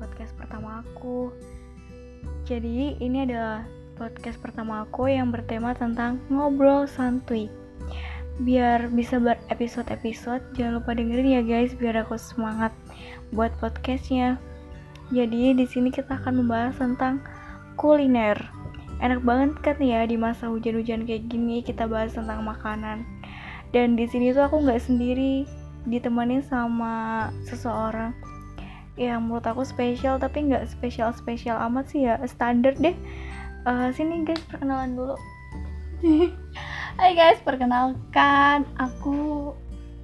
podcast pertama aku. Jadi ini adalah podcast pertama aku yang bertema tentang ngobrol santuy. Biar bisa berepisode-episode, jangan lupa dengerin ya guys, biar aku semangat buat podcastnya. Jadi di sini kita akan membahas tentang kuliner. Enak banget kan ya di masa hujan-hujan kayak gini kita bahas tentang makanan. Dan di sini tuh aku nggak sendiri, ditemenin sama seseorang yang menurut aku spesial, tapi nggak spesial amat sih ya, standar deh. Sini guys, perkenalan dulu. Hai guys, perkenalkan aku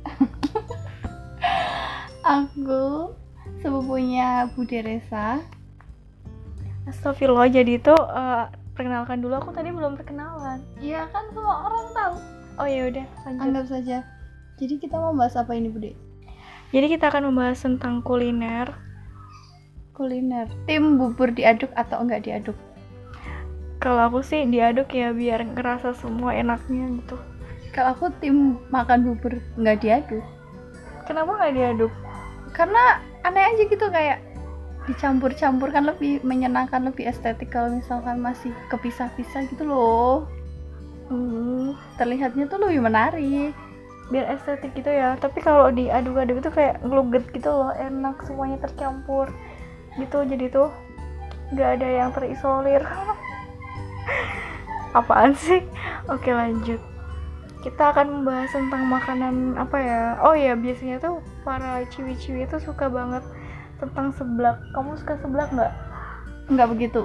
sepupunya Bude Resa. Astagfirullah, jadi itu perkenalkan dulu, aku tadi belum perkenalan. Iya kan, semua orang tahu. Oh ya udah, lanjut. Anggap saja. Jadi kita mau bahas apa ini, Bude? Jadi kita akan membahas tentang kuliner. Tim bubur diaduk atau enggak diaduk? Kalau aku sih diaduk ya, biar ngerasa semua enaknya gitu. Kalau aku tim makan bubur enggak diaduk. Kenapa nggak diaduk? Karena aneh aja gitu, kayak dicampur-campur kan lebih menyenangkan, lebih estetik kalau misalkan masih kepisah-pisah gitu loh. Terlihatnya tuh lebih menarik, Biar estetik gitu ya. Tapi kalau diaduk-aduk itu kayak ngeluget gitu loh, enak semuanya tercampur gitu, jadi tuh nggak ada yang terisolir. Apaan sih? Oke, lanjut. Kita akan membahas tentang makanan apa ya. Oh ya, biasanya tuh para ciwi-ciwi itu suka banget tentang seblak. Kamu suka seblak nggak? enggak begitu.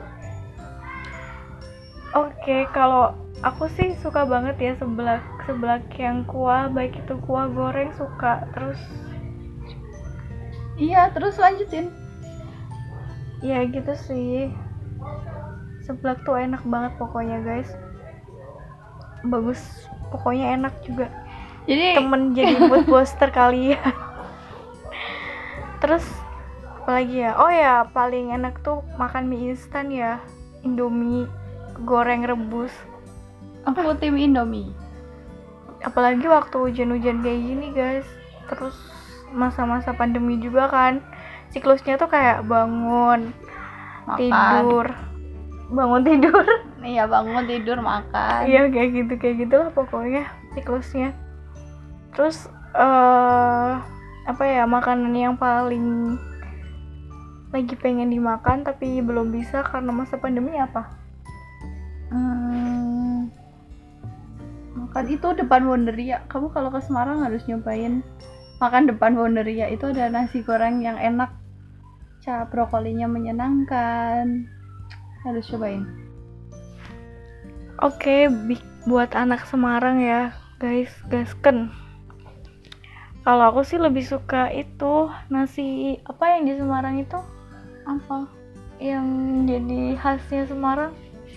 Oke, kalau aku sih suka banget ya seblak yang kuah, baik itu kuah goreng suka. Terus Iya, terus lanjutin. ya gitu sih, seblak tuh enak banget pokoknya guys, bagus, pokoknya enak juga. Jadi Temen jadi mood booster kali ya. Terus apalagi ya, oh ya paling enak tuh makan mie instan ya, Indomie goreng rebus. aku tim Indomie. Apalagi waktu hujan-hujan kayak gini guys, terus masa-masa pandemi juga kan, siklusnya tuh kayak bangun Makan. tidur, bangun tidur. Iya, bangun tidur makan. Iya kayak gitulah pokoknya siklusnya. Terus apa ya, makanan yang paling lagi pengen dimakan tapi belum bisa karena masa pandemi apa? Makan itu depan Wonderia. Kamu kalau ke Semarang harus nyobain makan depan Wonderia. Itu ada nasi goreng yang enak, brokolinya menyenangkan. Harus cobain. Oke, buat anak Semarang ya guys, gasken. Kalau aku sih lebih suka itu nasi apa yang di Semarang itu, Apa? yang jadi khasnya Semarang.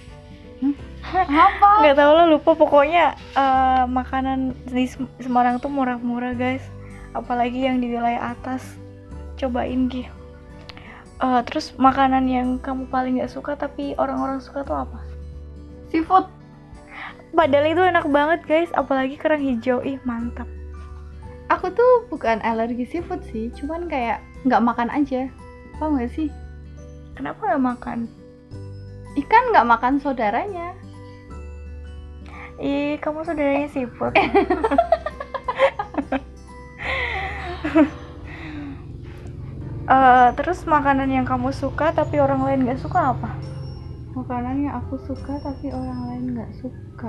Apa? Nggak tahu lah, lupa pokoknya. Makanan di Semarang tuh murah-murah guys, apalagi yang di wilayah atas. Cobain gitu. Terus makanan yang kamu paling nggak suka tapi orang-orang suka tuh apa? Seafood. Padahal itu enak banget guys, apalagi kerang hijau, ih mantap. Aku tuh bukan alergi seafood sih, cuman kayak nggak makan aja. Paham nggak sih? Kenapa nggak makan? Ikan nggak makan saudaranya. Ih, kamu saudaranya seafood. Terus makanan yang kamu suka tapi orang lain nggak suka apa? Makanan yang aku suka tapi orang lain nggak suka.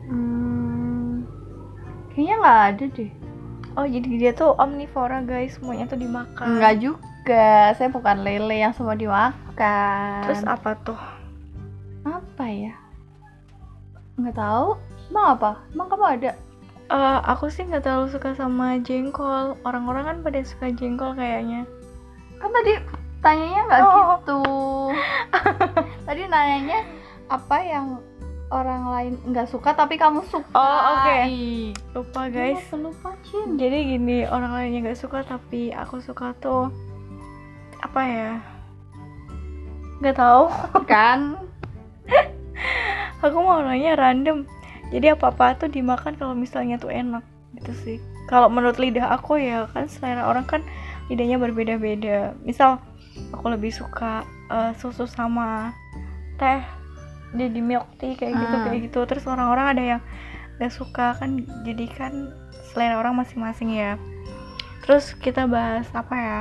Kayaknya nggak ada deh. Oh, jadi dia tuh omnivora guys, semuanya tuh dimakan. Nggak juga, saya bukan lele yang semua dimakan. Terus apa tuh? Apa ya? Nggak tahu. Emang apa? Emang kamu ada? Aku sih nggak terlalu suka sama jengkol. Orang-orang kan pada suka jengkol kayaknya. Kan tadi tanyanya nggak gitu. Tadi nanyanya apa yang orang lain nggak suka tapi kamu suka. Oh, oke. Ih, Lupa guys. lupa Cin. Jadi gini, orang lainnya nggak suka tapi aku suka tuh apa ya? Nggak tahu. Kan? Aku mau nanya random. Jadi apa-apa tuh dimakan kalau misalnya tuh enak gitu sih. Kalau menurut lidah aku ya kan, selera orang kan lidahnya berbeda-beda. Misal aku lebih suka susu sama teh, jadi milk tea kayak gitu. Terus orang-orang ada yang gak suka kan, jadi kan selera orang masing-masing ya. Terus kita bahas apa ya,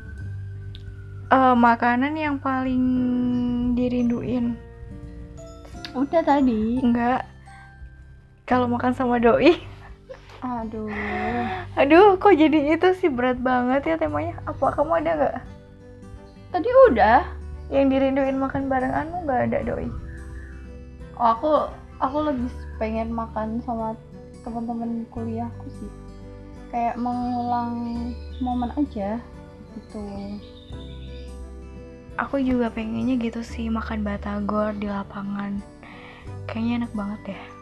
makanan yang paling dirinduin. Udah tadi. Enggak, kalau makan sama doi. Aduh, Kok jadi itu sih, berat banget ya temanya. Apa kamu ada nggak tadi udah. yang dirinduin makan bareng? Nggak ada doi. Oh, aku lebih pengen makan sama teman-teman kuliahku sih, kayak mengulang momen aja gitu. Aku juga pengennya gitu sih, makan batagor di lapangan, kayaknya enak banget ya.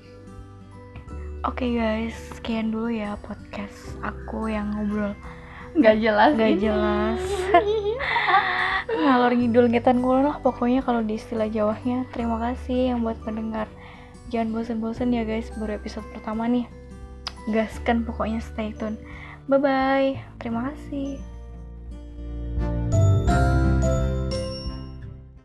Oke guys, sekian dulu ya podcast aku yang ngobrol Nggak jelas ngalor ngidul ngetan ngulon lah pokoknya kalau di istilah Jawanya. Terima kasih yang buat pendengar, jangan bosen-bosen ya guys, baru episode pertama nih, gaskan pokoknya, stay tune. Bye bye, terima kasih.